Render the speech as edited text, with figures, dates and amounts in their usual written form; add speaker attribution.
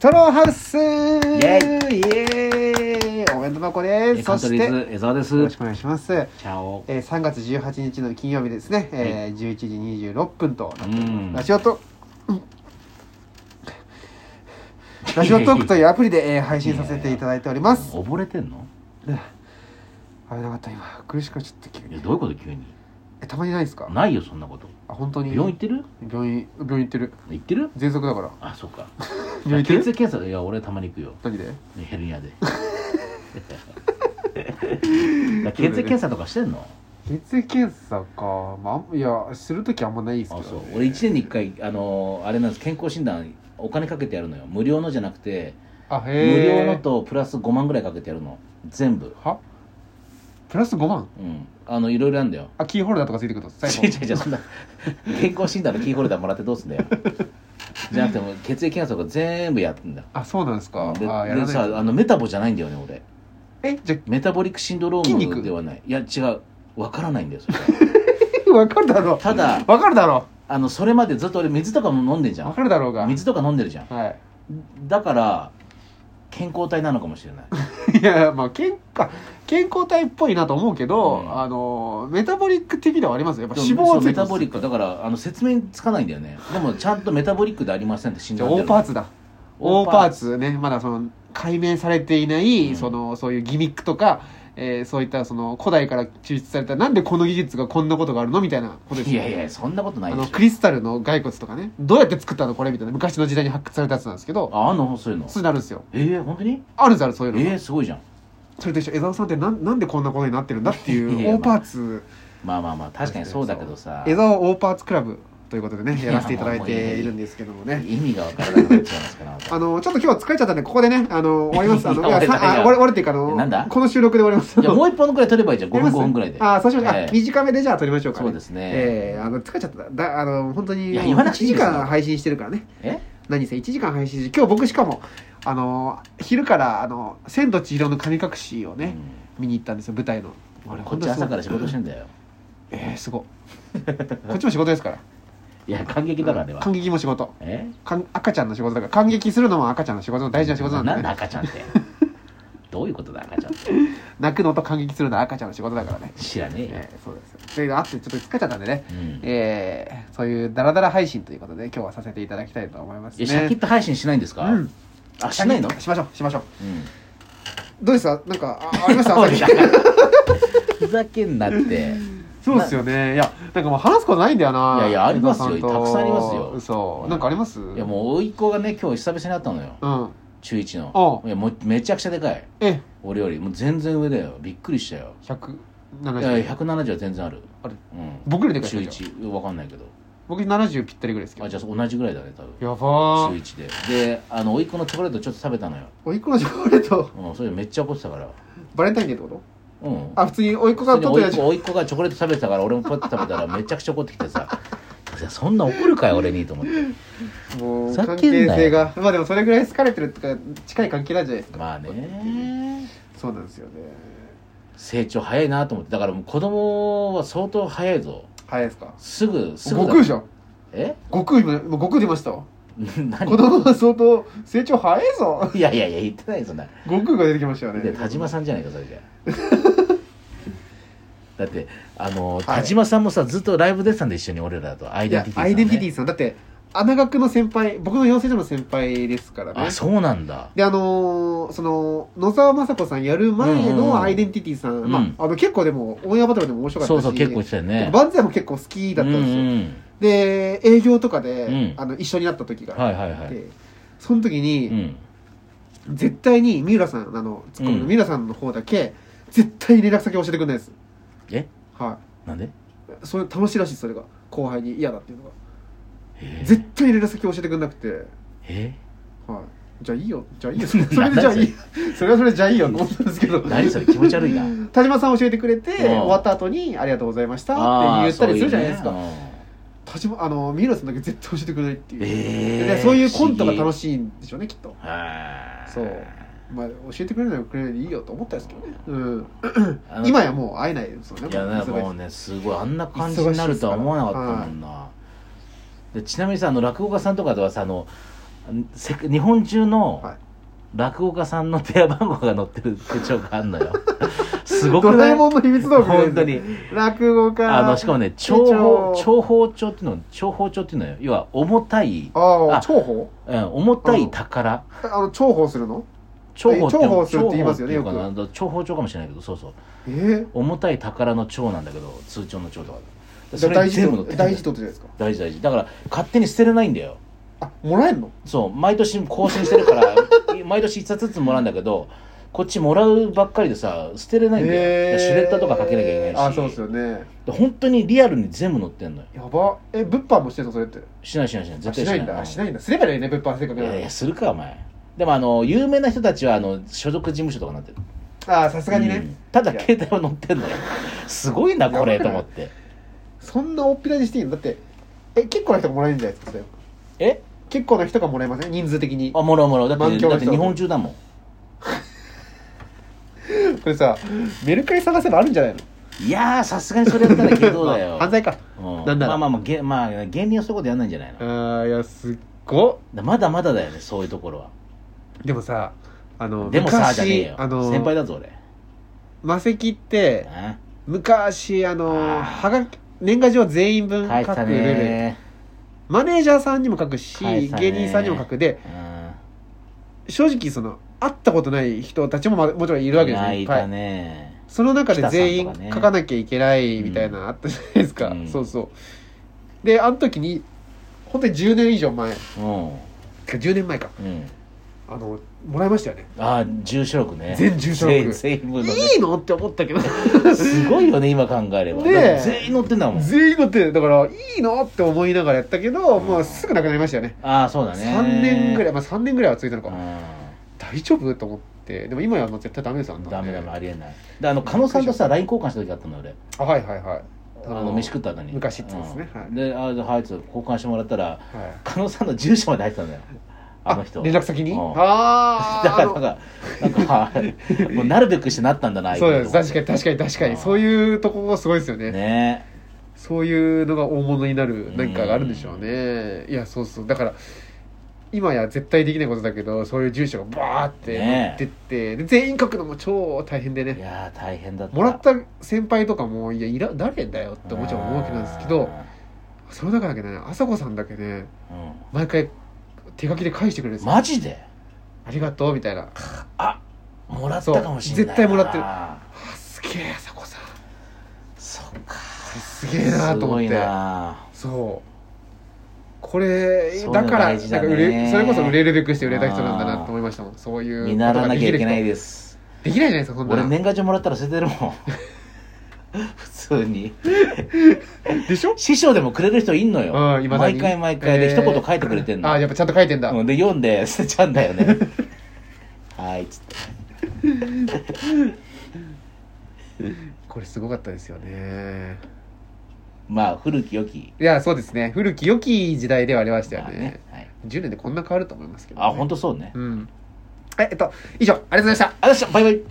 Speaker 1: トローハウスイ
Speaker 2: エ
Speaker 1: エーイお弁当の子です。
Speaker 2: カントリーズ江澤です。
Speaker 1: よろしくお願いします。
Speaker 2: チャオ。
Speaker 1: 3月18日の金曜日ですね、11時26分となっております。ラジオトークというアプリで、配信させていただいております。
Speaker 2: 溺れてんの？
Speaker 1: 危なかった今。苦しくなっちゃった急に。
Speaker 2: どういうこと急に？
Speaker 1: たまにないですか？
Speaker 2: ないよそんなこと。
Speaker 1: あ、本当に？
Speaker 2: 病院行ってる？
Speaker 1: 病院行ってる。
Speaker 2: 行ってる？
Speaker 1: 喘息だから。
Speaker 2: あ、そうか。
Speaker 1: 病院行ってる？
Speaker 2: 血液検査で、いや俺たまに行くよ。
Speaker 1: 何で？
Speaker 2: ヘルニアで。血液検査とかしてんの？
Speaker 1: 血液検査か、いやするときあんまないですけど、ね。
Speaker 2: あ、そう。俺1年に1回あれなんです、健康診断お金かけてやるのよ。無料のじゃなくて、無料のとプラス5万ぐらいかけてやるの。全部。
Speaker 1: は？プラス5万？
Speaker 2: うん。いろいろあるんだよ。
Speaker 1: あ、キーホルダーとかついてくると最
Speaker 2: 後。違うそんな健康診断のキーホルダーもらってどうすんだよ。じゃなくても血液検査とか全部やってんだ。
Speaker 1: あ、そうなんですか。
Speaker 2: でさ、メタボじゃないんだよね俺。
Speaker 1: じゃ
Speaker 2: メタボリックシンドロームではない。いや違う、わからないんだよそ
Speaker 1: れ。わかるだろう。ただわかるだろ
Speaker 2: う。それまでずっと俺水とかも飲んでんじゃん。
Speaker 1: わかるだろうが。
Speaker 2: 水とか飲んでるじゃん。
Speaker 1: はい。
Speaker 2: だから健康体なのかもしれない。
Speaker 1: いやまあ健康体っぽいなと思うけど、メタボリック的ではありますよ。やっぱ脂肪は
Speaker 2: メタボリックだから説明つかないんだよね。でもちゃんとメタボリックでありませんって診断してる。
Speaker 1: 大パーツだ。大パーツね、まだその解明されていない、そういうギミックとか、そういったその古代から抽出された、なんでこの技術がこんなことがあるのみたいなことですよ。
Speaker 2: いやそんなことないでしょ。
Speaker 1: クリスタルの骸骨とかね、どうやって作ったのこれみたいな、昔の時代に発掘されたやつなんですけど。
Speaker 2: そういうの
Speaker 1: そうなるんですよ。
Speaker 2: 本当に
Speaker 1: あるんですそういうの。
Speaker 2: すごいじゃん。
Speaker 1: それと一緒、江澤さんってなんでこんなことになってるんだっていう大パーツ。
Speaker 2: まあ確かにそうだけどさ、
Speaker 1: 江澤大パーツクラブということでね、やらせていただいているんですけどもね。
Speaker 2: 意味が分からなくなっちゃいますから
Speaker 1: ちょっと今日は疲れちゃったんで、ここでね、終わります。終わるっていうか、
Speaker 2: なんだ
Speaker 1: この収録で終わります。
Speaker 2: いや、もう一本くらい撮ればいいじゃん、5分ぐらいで。
Speaker 1: そうしましょう。短めでじゃあ撮りましょうかね。
Speaker 2: そうですね。
Speaker 1: 疲れちゃった。本当に、
Speaker 2: 1
Speaker 1: 時間配信してるからね。何せ1時間配信して、今日僕しかも、昼から、千と千尋の神隠しをね、見に行ったんですよ、舞台の。
Speaker 2: こっち朝から仕事してんだよ。
Speaker 1: すごい。こっちも仕事ですから。
Speaker 2: いや、感激だからね。
Speaker 1: 感激も仕事。赤ちゃんの仕事だから、感激するのも赤ちゃんの仕事の大事な仕事なんだね。
Speaker 2: なんで赤ちゃんってどういうことだ赤ちゃんって。
Speaker 1: 泣くのと感激するのは赤ちゃんの仕事だからね。
Speaker 2: 知らねえよ。
Speaker 1: そうですよ。で、あってちょっと疲れちゃったんでね、そういうダラダラ配信ということで今日はさせていただきたいと思いますね。
Speaker 2: シャキッと配信しないんですか？しないの？
Speaker 1: しましょう。どうですか？なんかありました？
Speaker 2: ふざけんなって。
Speaker 1: そうですよね。いや、なんかもう話すことないんだよな。
Speaker 2: いやありますよ。たくさんありますよ。
Speaker 1: そう。なんかあります？
Speaker 2: いやもう甥っ子がね、今日久々に会ったのよ。中1の。いやもうめちゃくちゃでかい。俺よりもう全然上だよ。びっくりしたよ。
Speaker 1: 170。
Speaker 2: いや170は全然ある。
Speaker 1: あれ？僕よりでかい。
Speaker 2: 中1わかんないけど。
Speaker 1: 僕70ぴったりぐらいですけど。
Speaker 2: じゃあ同じぐらいだね多分。
Speaker 1: やば
Speaker 2: ー。中1で。で甥っ子のチョコレートちょっと食べたのよ。
Speaker 1: 甥っ子のチョコレート。
Speaker 2: それめっちゃ怒ってたから。
Speaker 1: バレンタインデーってこと？
Speaker 2: 普
Speaker 1: 通に甥っ子が
Speaker 2: 甥っ子がチョコレート食べてたから俺もパッと食べたらめちゃくちゃ怒ってきてさそんな怒るかよ俺にと思って。
Speaker 1: もう関係性がでもそれぐらい好かれてるってか近い関係なんじゃないですか。
Speaker 2: まあね。
Speaker 1: そうなんですよね。
Speaker 2: 成長早いなと思って。だからもう子供は相当早いぞ。
Speaker 1: 早いですか？
Speaker 2: すぐ
Speaker 1: 悟空じゃん。悟空出ましたわ。子供は相当成長早いぞ。
Speaker 2: いや言ってないそんな。
Speaker 1: 悟空が出てきましたよね。
Speaker 2: で田島さんじゃないかそれじゃだって田島さんもさずっとライブ出てたんで一緒に俺らとアイデンティティさん、ね、
Speaker 1: アイデンティティさんだって穴学の先輩、僕の養成所の先輩ですからね。
Speaker 2: そうなんだ。
Speaker 1: でその野沢雅子さんやる前のアイデンティティさん、結構でもオンエアバトルでも面白かったし、
Speaker 2: そう結構したよね。
Speaker 1: 万歳も結構好きだったんですよ。で営業とかで、一緒になった時があって、その時に、絶対に三浦さんツッコミの三浦さんの方だけ絶対に連絡先教えてくれないです。
Speaker 2: なんで？
Speaker 1: それ楽しいらしい。それが後輩に嫌だっていうのが。絶対に連絡先教えてくれなくて。じゃあいいよそれでじゃあいいそれはそれじゃあいいよと思ったんですけど。
Speaker 2: 何それ気持ち悪いな。
Speaker 1: 田島さん教えてくれて終わった後にありがとうございましたって言ったりするじゃないですか。三浦さんだけ絶対教えてくれないっていう、でそういうコントが楽しいんでしょうねきっと。そう教えてくれないくれないでいいよと思ったんですけどね。今やもう会えないですよね。
Speaker 2: いやもうねすごいあんな感じになるとは思わなかったもんな。でちなみにさ落語家さんとかではさ日本中の
Speaker 1: はい
Speaker 2: 落語家さんの電話番号が載ってる手帳があるのよすごく
Speaker 1: ド
Speaker 2: ない
Speaker 1: ラえもんの秘密道具
Speaker 2: 本当に
Speaker 1: 落語家
Speaker 2: しかもね長方帳っていうのよ。要は重たい
Speaker 1: 重宝
Speaker 2: 重たい宝
Speaker 1: 重宝するの
Speaker 2: 重宝
Speaker 1: するって言いますよねよく
Speaker 2: 重宝帳かもしれないけどそうそう重たい宝の帳なんだけど通帳の帳とか
Speaker 1: それ全部大事ってことじゃないですか。
Speaker 2: 大事だから勝手に捨てれないんだよ。
Speaker 1: もらえんの？
Speaker 2: そう毎年更新してるから毎年1冊ずつもらうんだけどこっちもらうばっかりでさ捨てれないんだよ。シュレッダーとかかけなきゃいけないし。
Speaker 1: そうですよね。
Speaker 2: 本当にリアルに全部載ってんのよ。
Speaker 1: やば。物販もしてんのそれって？しない絶対しないんだ。しないんだ。すればいいね物販せっかくなら。
Speaker 2: いやするかお前。でも有名な人たちは所属事務所とかなってる。
Speaker 1: さすがにね、
Speaker 2: ただ携帯は載ってんのよ。すごいなこれと思って。
Speaker 1: そんなおっぴらにしていいの？だって結構な人がもらえるんじゃないですかそれ。結構な人がもらえません？人数的に。
Speaker 2: もらうだって日本中だもん
Speaker 1: これさメルカリ探せばあるんじゃないの？
Speaker 2: いやーさすがにそれやったら軽度だよ
Speaker 1: 犯罪か。なんだろう。
Speaker 2: まあ芸人はそういうことやんないんじゃないの？
Speaker 1: いやすっご
Speaker 2: まだまだだよねそういうところは。
Speaker 1: でもさ
Speaker 2: でもさじゃねえよ先輩だぞ俺。
Speaker 1: マセキって昔年賀状全員分書くルールマネージャーさんにも書くし芸人さんにも書くで正直会ったことない人たちももちろんいるわけですよ。いたね。その中で全員書かなきゃいけないみたいなあったじゃないですか。そうそうであの時に本当に10年以上前10年前かもらいましたよね。
Speaker 2: 住所録ね。
Speaker 1: 全住所録
Speaker 2: 全部の、
Speaker 1: いいのって思ったけど
Speaker 2: すごいよね今考えれば。全員載ってんだもん。
Speaker 1: 全員載ってる。だからいいのって思いながらやったけど、もうすぐなくなりましたよね。
Speaker 2: そうだね。
Speaker 1: 3年ぐらい3年ぐらいは続いたのか。大丈夫と思って。でも今や絶対ダメですよ。
Speaker 2: ダメありえない。で加野さんとさ LINE 交換した時あったの俺。
Speaker 1: はい
Speaker 2: 飯食った後に
Speaker 1: 昔ってですね。
Speaker 2: で交換してもらったら加野さんの住所まで入ってたんだよ。人
Speaker 1: 連絡先に。
Speaker 2: だからもうなるべくしてなったんだな。
Speaker 1: そうです。確かにそういうところすごいですよね。そういうのが大物になる何かがあるんでしょうね。いやそうだから今や絶対できないことだけどそういう住所がバーって持ってってで全員書くのも超大変でね。
Speaker 2: いや大変だった。
Speaker 1: もらった先輩とかも誰だよってもちろん思うわけなんですけどその中だけねあさこさんだけね毎回手書きで返してくれるんですよ。
Speaker 2: マジで
Speaker 1: ありがとうみたいな。
Speaker 2: もらったかもしれない。
Speaker 1: 絶対もらってる。すげえあさこさん。
Speaker 2: そっか
Speaker 1: すげえなと思って。そうこれだからそれこそ売れるべくして売れた人なんだなと思いましたもん。そういう
Speaker 2: 見習わなきゃいけないです。
Speaker 1: できないじゃないですかそんな。
Speaker 2: 俺年賀状もらったら捨ててるもん普通に
Speaker 1: でしょ。
Speaker 2: 師匠でもくれる人いんのよ。毎回で一言書いてくれてんの。
Speaker 1: やっぱちゃんと書いてんだ。
Speaker 2: で読んで捨てちゃうんだよねはいっつって
Speaker 1: これすごかったですよね。
Speaker 2: 古き良き。
Speaker 1: いやそうですね古き良き時代ではありましたよね。10年でこんな変わると思いますけど。
Speaker 2: 本当そうね。
Speaker 1: 以上ありがとうございました。
Speaker 2: バイバイ。